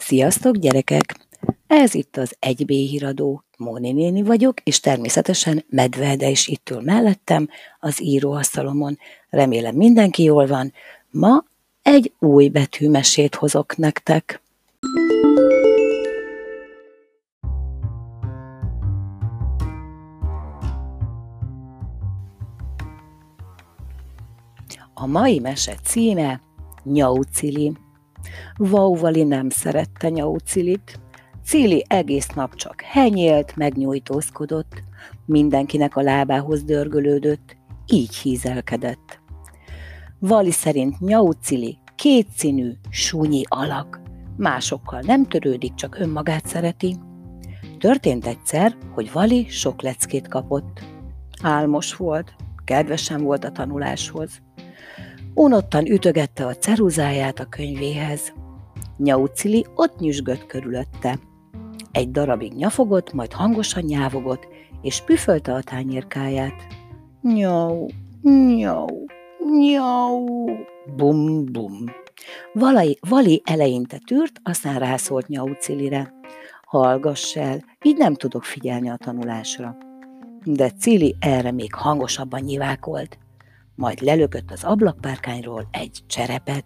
Sziasztok, gyerekek! Ez itt az 1B híradó. Móni néni vagyok, és természetesen Medve Ede is itt ül mellettem az íróasztalomon. Remélem mindenki jól van. Ma egy új betűmesét hozok nektek. A mai mese címe Nyau-Cili. Vauvali nem szerette Nyau-Cilit. Cili egész nap csak henyélt, megnyújtózkodott, mindenkinek a lábához dörgölődött, így hízelkedett. Vali szerint Nyau-Cili kétszínű, súnyi alak, másokkal nem törődik, csak önmagát szereti. Történt egyszer, hogy Vali sok leckét kapott. Álmos volt, kedvesen volt a tanuláshoz. Unottan ütögette a ceruzáját a könyvéhez. Nyau-Cili ott nyüzsgött körülötte. Egy darabig nyafogott, majd hangosan nyávogott, és püfölte a tányérkáját. Nyau, nyau, nyau, bum, bum. Vali eleinte tűrt, aztán rászólt Nyau-Cilire. Hallgass el, így nem tudok figyelni a tanulásra. De Cili erre még hangosabban nyivákolt. Majd lelökött az ablakpárkányról egy cserepet.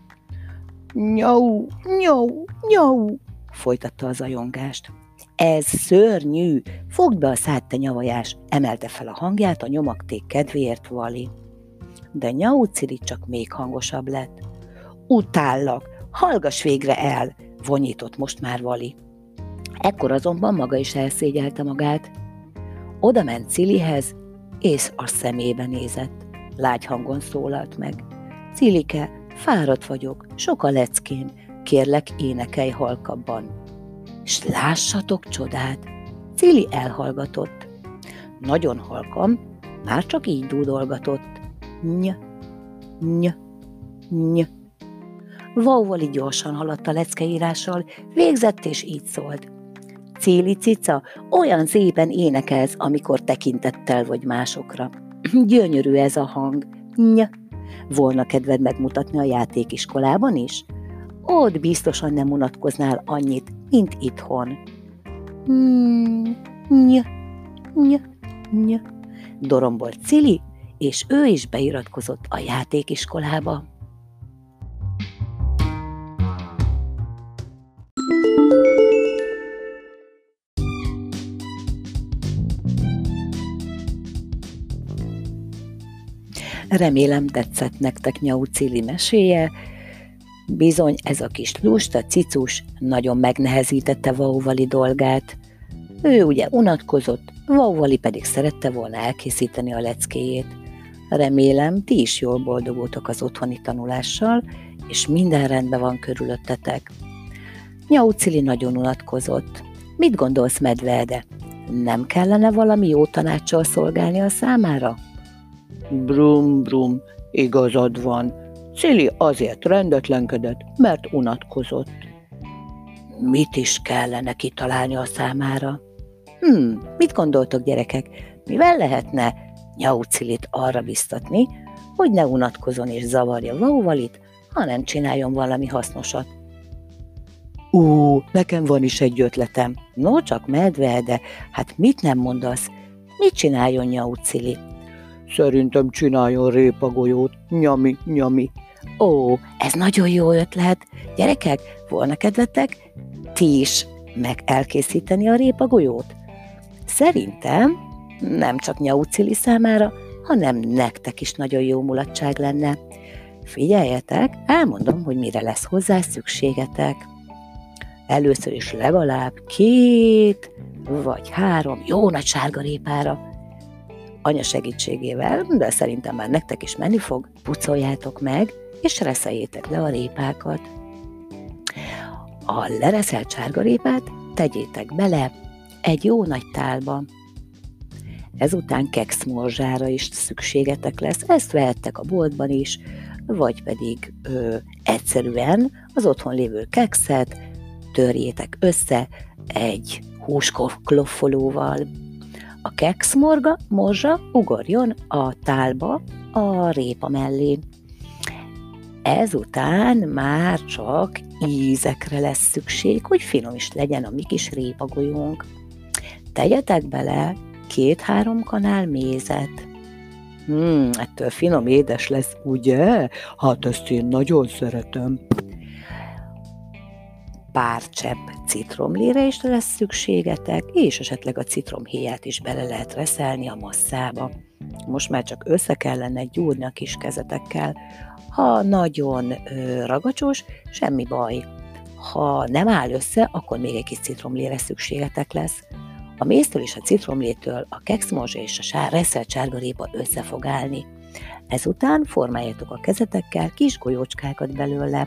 Nyau, nyau, nyau, folytatta a zajongást. Ez szörnyű, fogd be a szád, te nyavajás, emelte fel a hangját a nyomagték kedvéért Vali. De Nyau-Cili csak még hangosabb lett. Utállak, hallgass végre el, vonyított most már Vali. Ekkor azonban maga is elszégyelte magát. Oda ment Cilihez, és a szemébe nézett. Lágy hangon szólalt meg. Cilike, fáradt vagyok, sok a leckém, kérlek, énekelj halkabban. S lássatok csodát! Cili elhallgatott. Nagyon halkan, már csak így dúdolgatott. Ny, ny, ny. Vauvali gyorsan haladt a leckeírással, végzett és így szólt. Cili cica, olyan szépen énekelsz, amikor tekintettel vagy másokra. Gyönyörű ez a hang. Ny. Volna kedved megmutatni a játékiskolában is? Ott biztosan nem unatkoznál annyit, mint itthon. Ny, ny, ny. Dorombolt Cili, és ő is beiratkozott a játékiskolába. Remélem tetszett nektek Nyau-Cili meséje. Bizony ez a kis lusta cicus nagyon megnehezítette Vauvali dolgát. Ő ugye unatkozott, Vauvali pedig szerette volna elkészíteni a leckéjét. Remélem ti is jól boldogultok az otthoni tanulással, és minden rendben van körülöttetek. Nyau-Cili nagyon unatkozott. Mit gondolsz, Medve Ede? Nem kellene valami jó tanáccsal szolgálni a számára? Brum, brum, igazad van. Cili azért rendetlenkedett, mert unatkozott. Mit is kellene kitalálni a számára? Mit gondoltok, gyerekek? Mivel lehetne Nyau-Cilit arra biztatni, hogy ne unatkozon és zavarja Vauvalit, hanem csináljon valami hasznosat? Nekem van is egy ötletem. No, csak Medve Ede, hát mit nem mondasz? Mit csináljon Nyau-Cili? Szerintem csináljon répagolyót, nyami, nyami. Ez nagyon jó ötlet. Gyerekek, volna kedvetek ti is meg elkészíteni a répagolyót? Szerintem nem csak Nyau-Cili számára, hanem nektek is nagyon jó mulatság lenne. Figyeljetek, elmondom, hogy mire lesz hozzá szükségetek. Először is legalább 2 vagy 3 jó nagy sárgarépára. Anya segítségével, de szerintem már nektek is menni fog, pucoljátok meg, és reszeljétek le a répákat. A lereszelt sárgarépát tegyétek bele egy jó nagy tálba. Ezután kekszmorzsára is szükségetek lesz, ezt vehettek a boltban is, vagy pedig egyszerűen az otthon lévő kekszet törjétek össze egy húskloffolóval. A kekszmorzsa ugorjon a tálba a répa mellé. Ezután már csak ízekre lesz szükség, hogy finom is legyen a mi kis répagolyónk. Tegyetek bele 2-3 kanál mézet. Ettől finom édes lesz, ugye? Hát ezt én nagyon szeretem. Pár csepp citromlére is lesz szükségetek, és esetleg a citromhéját is bele lehet reszelni a masszába. Most már csak össze kellene gyúrni a kis kezetekkel. Ha nagyon ragacsos, semmi baj. Ha nem áll össze, akkor még egy kis citromlére szükségetek lesz. A méztől és a citromlétől a kekszmorzsa és a reszelt sárgarépa össze fog állni. Ezután formáljátok a kezetekkel kis golyócskákat belőle.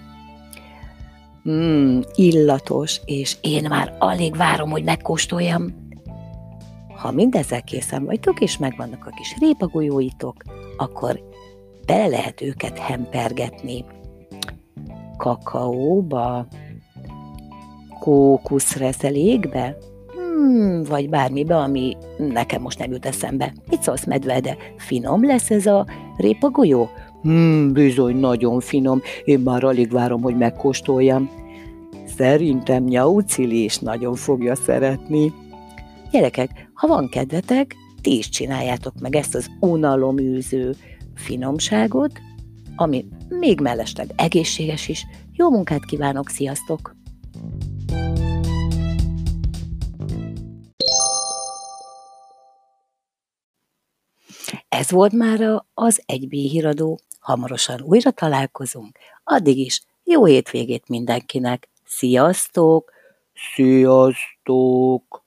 Illatos, és én már alig várom, hogy megkóstoljam. Ha mindezzel készen vagytok, és megvannak a kis répagolyóitok, akkor bele lehet őket hempergetni kakaóba, kókuszreszelékbe, vagy bármibe, ami nekem most nem jut eszembe. Mit szólsz, medvede? Finom lesz ez a répagolyó? Bizony nagyon finom, én már alig várom, hogy megkóstoljam. Szerintem Nyaucili is nagyon fogja szeretni. Gyerekek, ha van kedvetek, ti is csináljátok meg ezt az unaloműző finomságot, ami még mellesleg egészséges is. Jó munkát kívánok, sziasztok! Ez volt már az 1B híradó. Hamarosan újra találkozunk. Addig is jó hétvégét mindenkinek. Sziasztok! Sziasztok!